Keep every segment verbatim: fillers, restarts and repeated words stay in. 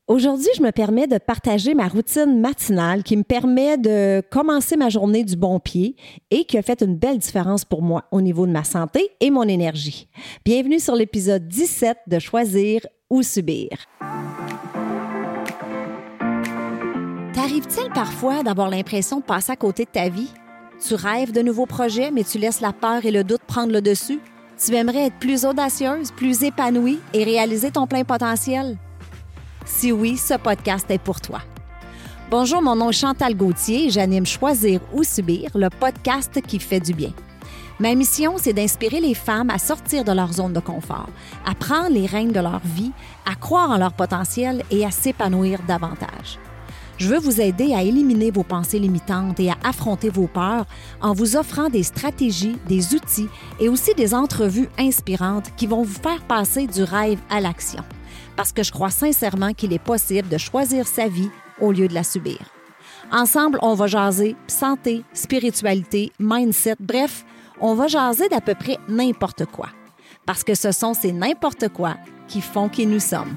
Aujourd'hui, je me permets de partager ma routine matinale qui me permet de commencer ma journée du bon pied et qui a fait une belle différence pour moi au niveau de ma santé et mon énergie. Bienvenue sur l'épisode dix-sept de Choisir ou subir. T'arrive-t-il parfois d'avoir l'impression de passer à côté de ta vie? Tu rêves de nouveaux projets, mais tu laisses la peur et le doute prendre le dessus? Tu aimerais être plus audacieuse, plus épanouie et réaliser ton plein potentiel? Si oui, ce podcast est pour toi. Bonjour, mon nom est Chantal Gauthier et j'anime Choisir ou subir, le podcast qui fait du bien. Ma mission, c'est d'inspirer les femmes à sortir de leur zone de confort, à prendre les rênes de leur vie, à croire en leur potentiel et à s'épanouir davantage. Je veux vous aider à éliminer vos pensées limitantes et à affronter vos peurs en vous offrant des stratégies, des outils et aussi des entrevues inspirantes qui vont vous faire passer du rêve à l'action. Parce que je crois sincèrement qu'il est possible de choisir sa vie au lieu de la subir. Ensemble, on va jaser santé, spiritualité, mindset, bref, on va jaser d'à peu près n'importe quoi. Parce que ce sont ces n'importe quoi qui font qui nous sommes.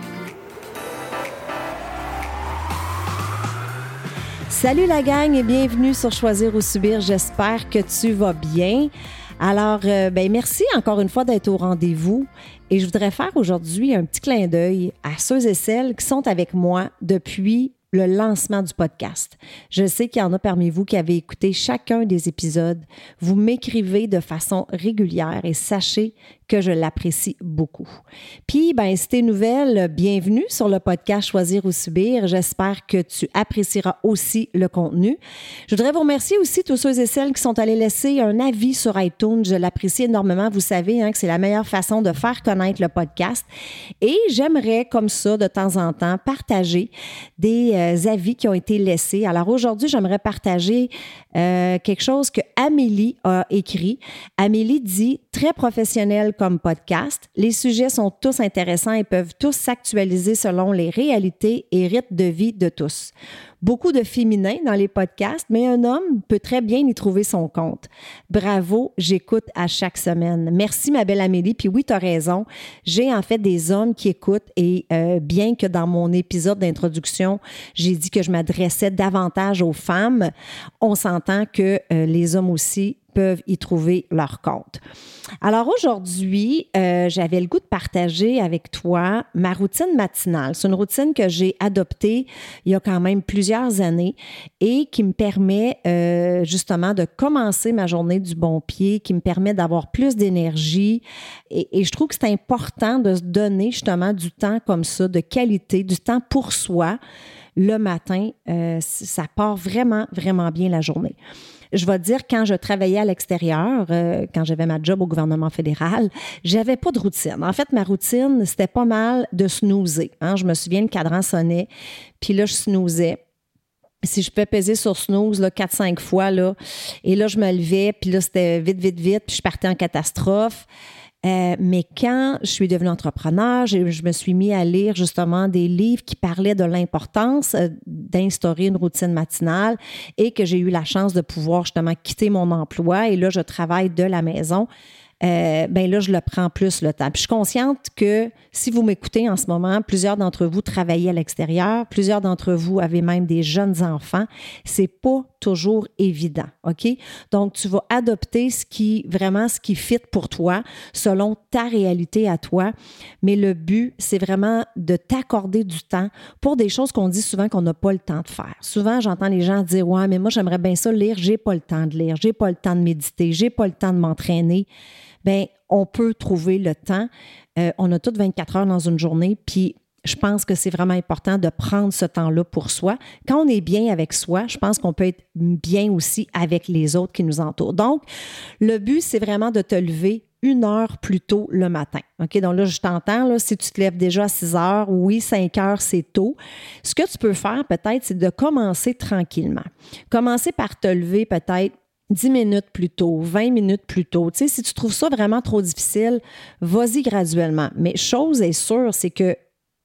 Salut la gang et bienvenue sur Choisir ou subir. J'espère que tu vas bien. Alors, euh, ben merci encore une fois d'être au rendez-vous et je voudrais faire aujourd'hui un petit clin d'œil à ceux et celles qui sont avec moi depuis le lancement du podcast. Je sais qu'il y en a parmi vous qui avez écouté chacun des épisodes. Vous m'écrivez de façon régulière et sachez que je l'apprécie beaucoup. Puis, ben, si t'es nouvelle, bienvenue sur le podcast Choisir ou subir. J'espère que tu apprécieras aussi le contenu. Je voudrais vous remercier aussi tous ceux et celles qui sont allés laisser un avis sur iTunes. Je l'apprécie énormément. Vous savez hein, que c'est la meilleure façon de faire connaître le podcast. Et j'aimerais, comme ça, de temps en temps, partager des euh, avis qui ont été laissés. Alors aujourd'hui, j'aimerais partager euh, quelque chose que Amélie a écrit. Amélie dit « Très professionnel comme podcast. Les sujets sont tous intéressants et peuvent tous s'actualiser selon les réalités et rythmes de vie de tous. Beaucoup de féminin dans les podcasts, mais un homme peut très bien y trouver son compte. Bravo, j'écoute à chaque semaine. Merci, ma belle Amélie. Puis oui, tu as raison. J'ai en fait des hommes qui écoutent et euh, bien que dans mon épisode d'introduction, j'ai dit que je m'adressais davantage aux femmes, on s'entend que euh, les hommes aussi peuvent y trouver leur compte. Alors aujourd'hui, euh, j'avais le goût de partager avec toi ma routine matinale. C'est une routine que j'ai adoptée il y a quand même plusieurs années et qui me permet euh, justement de commencer ma journée du bon pied, qui me permet d'avoir plus d'énergie et, et je trouve que c'est important de se donner justement du temps comme ça, de qualité, du temps pour soi le matin. Euh, ça part vraiment, vraiment bien la journée. Je vais te dire, quand je travaillais à l'extérieur, euh, quand j'avais ma job au gouvernement fédéral, j'avais pas de routine. En fait, ma routine, c'était pas mal de snoozer. Hein? Je me souviens, le cadran sonnait, puis là, je snoozais. Si je peux peser sur snooze là, quatre cinq fois, là, et là, je me levais, puis là, c'était vite, vite, vite, puis je partais en catastrophe. Euh, mais quand je suis devenue entrepreneur, je, je me suis mis à lire justement des livres qui parlaient de l'importance euh, d'instaurer une routine matinale et que j'ai eu la chance de pouvoir justement quitter mon emploi et là, je travaille de la maison. Euh, ben là, je le prends plus le temps. Puis je suis consciente que si vous m'écoutez en ce moment, plusieurs d'entre vous travaillez à l'extérieur, plusieurs d'entre vous avez même des jeunes enfants. C'est pas toujours évident, OK? Donc, tu vas adopter ce qui, vraiment ce qui fit pour toi, selon ta réalité à toi. Mais le but, c'est vraiment de t'accorder du temps pour des choses qu'on dit souvent qu'on n'a pas le temps de faire. Souvent, j'entends les gens dire « Ouais, mais moi, j'aimerais bien ça lire, j'ai pas le temps de lire, j'ai pas le temps de méditer, j'ai pas le temps de m'entraîner. » Bien, on peut trouver le temps. Euh, on a toutes vingt-quatre heures dans une journée, puis je pense que c'est vraiment important de prendre ce temps-là pour soi. Quand on est bien avec soi, je pense qu'on peut être bien aussi avec les autres qui nous entourent. Donc, le but, c'est vraiment de te lever une heure plus tôt le matin. OK? Donc là, je t'entends, là, si tu te lèves déjà à six heures, oui, cinq heures, c'est tôt. Ce que tu peux faire peut-être, c'est de commencer tranquillement. Commencer par te lever peut-être dix minutes plus tôt, vingt minutes plus tôt. Tu sais, si tu trouves ça vraiment trop difficile, vas-y graduellement. Mais chose est sûre, c'est que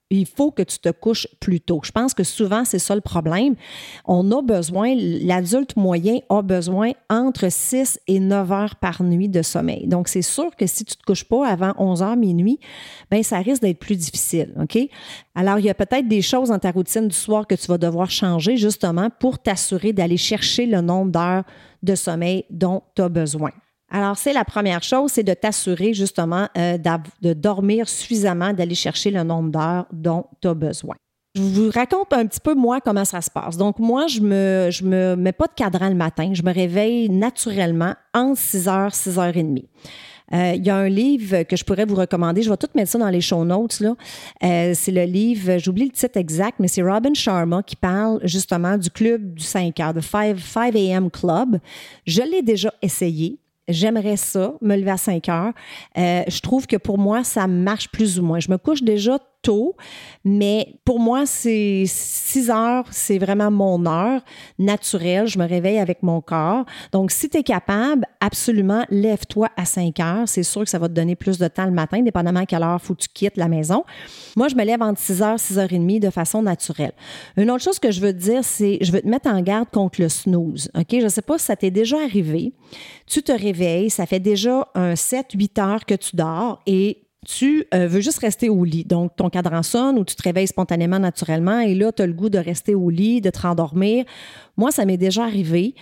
il faut que tu te couches plus tôt. Je pense que souvent, c'est ça le problème. On a besoin, l'adulte moyen a besoin entre six et neuf heures par nuit de sommeil. Donc, c'est sûr que si tu ne te couches pas avant onze heures minuit, bien, ça risque d'être plus difficile, OK? Alors, il y a peut-être des choses dans ta routine du soir que tu vas devoir changer justement pour t'assurer d'aller chercher le nombre d'heures de sommeil dont tu as besoin. Alors, c'est la première chose, c'est de t'assurer justement euh, de dormir suffisamment, d'aller chercher le nombre d'heures dont tu as besoin. Je vous raconte un petit peu, moi, comment ça se passe. Donc, moi, je me, je me mets pas de cadran le matin. Je me réveille naturellement entre six heures, six heures trente. Euh, il y a un livre que je pourrais vous recommander. Je vais tout mettre ça dans les show notes, là. Euh, c'est le livre, j'oublie le titre exact, mais c'est Robin Sharma qui parle justement du club du cinq heures, de cinq a.m. Club. Je l'ai déjà essayé. J'aimerais ça, me lever à cinq heures. Euh, je trouve que pour moi, ça marche plus ou moins. Je me couche déjà tôt, mais pour moi, c'est six heures, c'est vraiment mon heure naturelle. Je me réveille avec mon corps. Donc, si tu es capable, absolument, lève-toi à cinq heures. C'est sûr que ça va te donner plus de temps le matin, dépendamment à quelle heure il faut que tu quittes la maison. Moi, je me lève entre six heures, six heures trente de façon naturelle. Une autre chose que je veux te dire, c'est je veux te mettre en garde contre le snooze. OK? Je ne sais pas si ça t'est déjà arrivé. Tu te réveilles, ça fait déjà un sept huit heures que tu dors et tu euh, veux juste rester au lit. Donc, ton cadran sonne ou tu te réveilles spontanément, naturellement, et là, tu as le goût de rester au lit, de te rendormir. Moi, ça m'est déjà arrivé.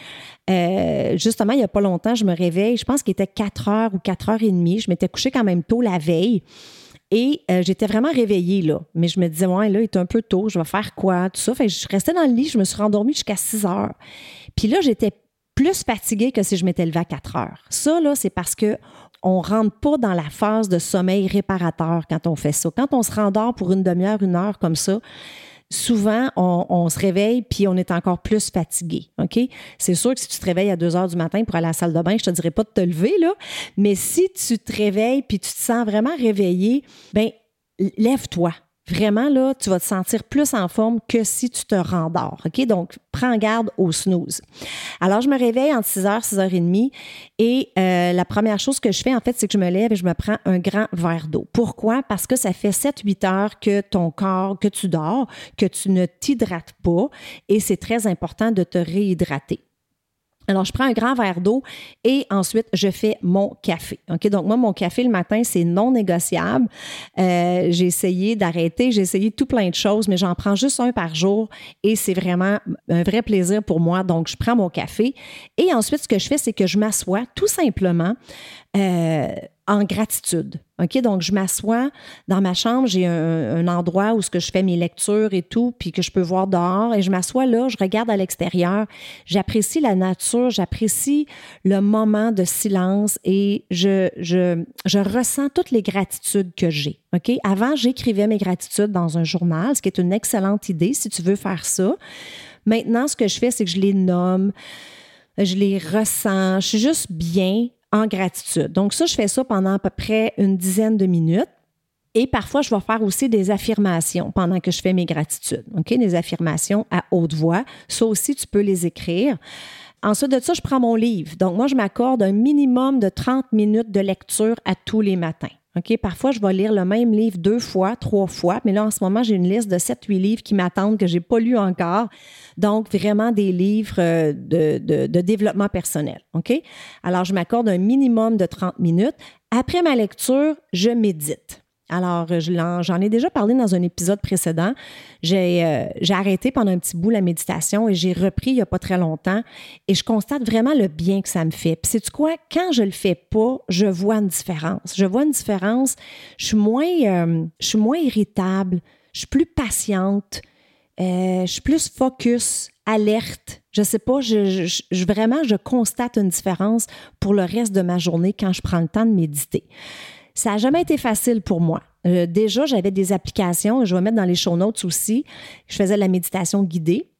Euh, justement, il n'y a pas longtemps, je me réveille, je pense qu'il était quatre heures ou quatre heures trente. Je m'étais couchée quand même tôt la veille. Et euh, j'étais vraiment réveillée, là. Mais je me disais, ouais, là, il est un peu tôt, je vais faire quoi, tout ça. Fait que je restais dans le lit, je me suis rendormie jusqu'à six heures. Puis là, j'étais plus fatiguée que si je m'étais levée à quatre heures. Ça, là, c'est parce que on ne rentre pas dans la phase de sommeil réparateur quand on fait ça. Quand on se rendort pour une demi-heure, une heure comme ça, souvent, on, on se réveille puis on est encore plus fatigué, OK? C'est sûr que si tu te réveilles à deux heures du matin pour aller à la salle de bain, je te dirais pas de te lever, là, mais si tu te réveilles puis tu te sens vraiment réveillé, bien, lève-toi. Vraiment, là, tu vas te sentir plus en forme que si tu te rendors, OK? Donc, prends garde au snooze. Alors, je me réveille entre six heures, six heures trente et euh, la première chose que je fais, en fait, c'est que je me lève et je me prends un grand verre d'eau. Pourquoi? Parce que ça fait sept huit heures que ton corps, que tu dors, que tu ne t'hydrates pas et c'est très important de te réhydrater. Alors, je prends un grand verre d'eau et ensuite, je fais mon café. OK? Donc, moi, mon café le matin, c'est non négociable. Euh, j'ai essayé d'arrêter, j'ai essayé tout plein de choses, mais j'en prends juste un par jour et c'est vraiment un vrai plaisir pour moi. Donc, je prends mon café et ensuite, ce que je fais, c'est que je m'assois tout simplement euh, en gratitude. OK? Donc, je m'assois dans ma chambre. J'ai un, un endroit où ce que je fais mes lectures et tout, puis que je peux voir dehors. Et je m'assois là, je regarde à l'extérieur. J'apprécie la nature, j'apprécie le moment de silence et je, je, je ressens toutes les gratitudes que j'ai. OK? Avant, j'écrivais mes gratitudes dans un journal, ce qui est une excellente idée si tu veux faire ça. Maintenant, ce que je fais, c'est que je les nomme, je les ressens. Je suis juste bien en gratitude. Donc ça, je fais ça pendant à peu près une dizaine de minutes. Et parfois, je vais faire aussi des affirmations pendant que je fais mes gratitudes. OK? Des affirmations à haute voix. Ça aussi, tu peux les écrire. Ensuite de ça, je prends mon livre. Donc moi, je m'accorde un minimum de trente minutes de lecture à tous les matins. OK? Parfois, je vais lire le même livre deux fois, trois fois, mais là, en ce moment, j'ai une liste de sept huit livres qui m'attendent, que je n'ai pas lus encore. Donc, vraiment des livres de, de, de développement personnel. OK? Alors, je m'accorde un minimum de trente minutes. Après ma lecture, je médite. Alors, je l'en, j'en ai déjà parlé dans un épisode précédent. J'ai, euh, j'ai arrêté pendant un petit bout la méditation et j'ai repris il n'y a pas très longtemps et je constate vraiment le bien que ça me fait. Puis sais-tu quoi? Quand je le fais pas, je vois une différence. Je vois une différence. Je suis moins, euh, je suis moins irritable. Je suis plus patiente. Euh, je suis plus focus, alerte. Je sais pas, je, je, je, vraiment, je constate une différence pour le reste de ma journée quand je prends le temps de méditer. Ça n'a jamais été facile pour moi. Euh, déjà, j'avais des applications, je vais mettre dans les show notes aussi. Je faisais de la méditation guidée.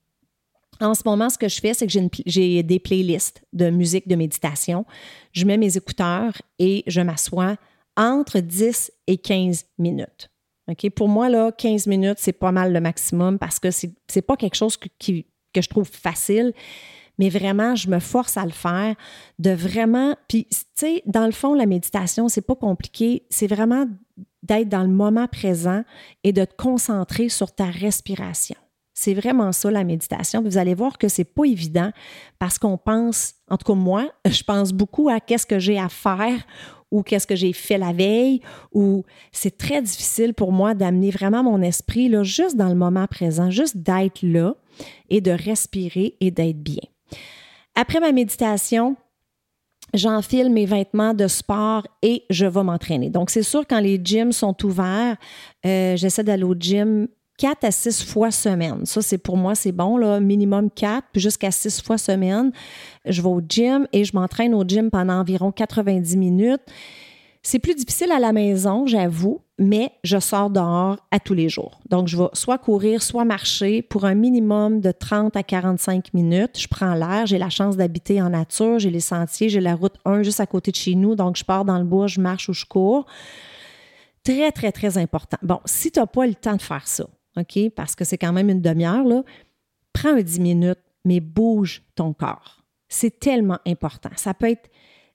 En ce moment, ce que je fais, c'est que j'ai, une, j'ai des playlists de musique de méditation. Je mets mes écouteurs et je m'assois entre dix et quinze minutes. Okay? Pour moi, là, quinze minutes, c'est pas mal le maximum parce que c'est, c'est pas quelque chose que, qui, que je trouve facile. Mais vraiment, je me force à le faire, de vraiment... Puis, tu sais, dans le fond, la méditation, c'est pas compliqué. C'est vraiment d'être dans le moment présent et de te concentrer sur ta respiration. C'est vraiment ça, la méditation. Vous allez voir que c'est pas évident parce qu'on pense, en tout cas moi, je pense beaucoup à qu'est-ce que j'ai à faire ou qu'est-ce que j'ai fait la veille, ou c'est très difficile pour moi d'amener vraiment mon esprit là, juste dans le moment présent, juste d'être là et de respirer et d'être bien. Après ma méditation, j'enfile mes vêtements de sport et je vais m'entraîner. Donc, c'est sûr, quand les gyms sont ouverts, euh, j'essaie d'aller au gym quatre à six fois semaine. Ça, c'est pour moi, c'est bon, là, minimum quatre, puis jusqu'à six fois semaine. Je vais au gym et je m'entraîne au gym pendant environ quatre-vingt-dix minutes. C'est plus difficile à la maison, j'avoue, mais je sors dehors à tous les jours. Donc, je vais soit courir, soit marcher pour un minimum de trente à quarante-cinq minutes. Je prends l'air, j'ai la chance d'habiter en nature, j'ai les sentiers, j'ai la route un juste à côté de chez nous, donc je pars dans le bois, je marche ou je cours. Très, très, très important. Bon, si tu n'as pas le temps de faire ça, OK, parce que c'est quand même une demi-heure, là, prends un dix minutes, mais bouge ton corps. C'est tellement important. Ça peut être,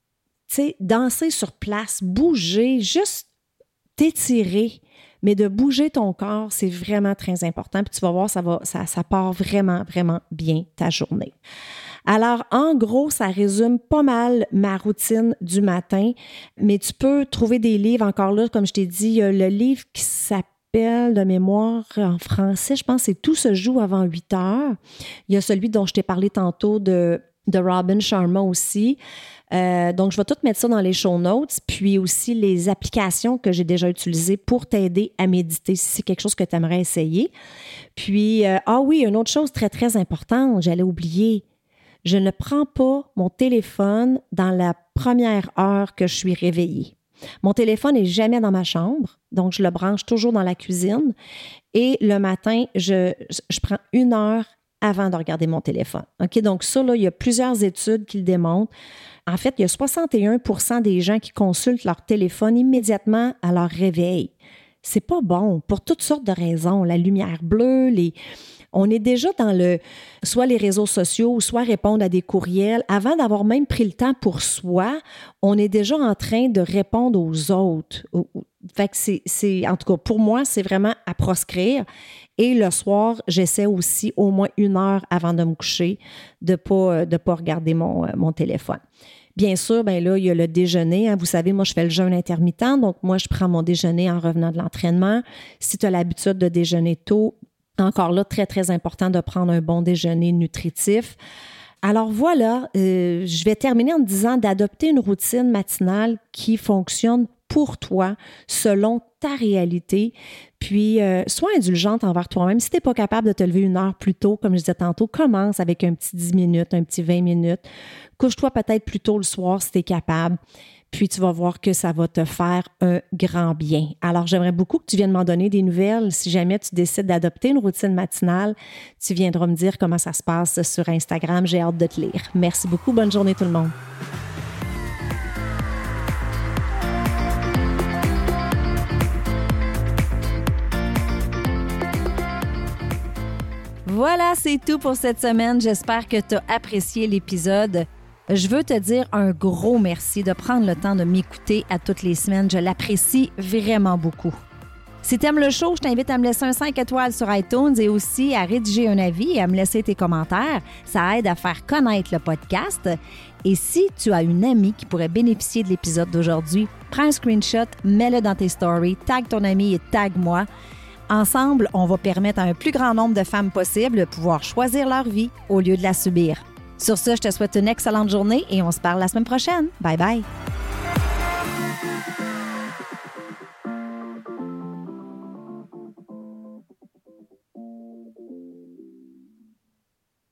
tu sais, danser sur place, bouger, juste t'étirer, mais de bouger ton corps, c'est vraiment très important. Puis tu vas voir, ça va, ça, ça part vraiment, vraiment bien ta journée. Alors, en gros, ça résume pas mal ma routine du matin, mais tu peux trouver des livres, encore là, comme je t'ai dit, il y a le livre qui s'appelle de mémoire en français, je pense que c'est Tout se joue avant huit heures. Il y a celui dont je t'ai parlé tantôt de, de Robin Sharma aussi. Euh, donc, je vais tout mettre ça dans les show notes, puis aussi les applications que j'ai déjà utilisées pour t'aider à méditer si c'est quelque chose que tu aimerais essayer. Puis, euh, ah oui, une autre chose très, très importante, j'allais oublier. Je ne prends pas mon téléphone dans la première heure que je suis réveillée. Mon téléphone n'est jamais dans ma chambre, donc je le branche toujours dans la cuisine. Et le matin, je, je prends une heure avant de regarder mon téléphone. OK? Donc ça, là, il y a plusieurs études qui le démontrent. En fait, il y a soixante et un pour cent des gens qui consultent leur téléphone immédiatement à leur réveil. C'est pas bon pour toutes sortes de raisons. La lumière bleue, les... On est déjà dans le soit les réseaux sociaux, soit répondre à des courriels. Avant d'avoir même pris le temps pour soi, on est déjà en train de répondre aux autres. Fait que c'est, c'est, en tout cas, pour moi, c'est vraiment à proscrire. Et le soir, j'essaie aussi au moins une heure avant de me coucher de ne pas, de pas regarder mon, mon téléphone. Bien sûr, ben là, il y a le déjeuner. Hein. Vous savez, moi, je fais le jeûne intermittent. Donc, moi, je prends mon déjeuner en revenant de l'entraînement. Si tu as l'habitude de déjeuner tôt, encore là, très, très important de prendre un bon déjeuner nutritif. Alors voilà, euh, je vais terminer en te disant d'adopter une routine matinale qui fonctionne pour toi, selon ta réalité. Puis, euh, sois indulgente envers toi-même. Si tu n'es pas capable de te lever une heure plus tôt, comme je disais tantôt, commence avec un petit dix minutes, un petit vingt minutes. Couche-toi peut-être plus tôt le soir si tu es capable. Puis, tu vas voir que ça va te faire un grand bien. Alors, j'aimerais beaucoup que tu viennes m'en donner des nouvelles. Si jamais tu décides d'adopter une routine matinale, tu viendras me dire comment ça se passe sur Instagram. J'ai hâte de te lire. Merci beaucoup. Bonne journée tout le monde. Voilà, c'est tout pour cette semaine. J'espère que tu as apprécié l'épisode. Je veux te dire un gros merci de prendre le temps de m'écouter à toutes les semaines. Je l'apprécie vraiment beaucoup. Si tu aimes le show, je t'invite à me laisser un cinq étoiles sur iTunes et aussi à rédiger un avis et à me laisser tes commentaires. Ça aide à faire connaître le podcast. Et si tu as une amie qui pourrait bénéficier de l'épisode d'aujourd'hui, prends un screenshot, mets-le dans tes stories, tag ton amie et tag moi. Ensemble, on va permettre à un plus grand nombre de femmes possible de pouvoir choisir leur vie au lieu de la subir. Sur ce, je te souhaite une excellente journée et on se parle la semaine prochaine. Bye bye!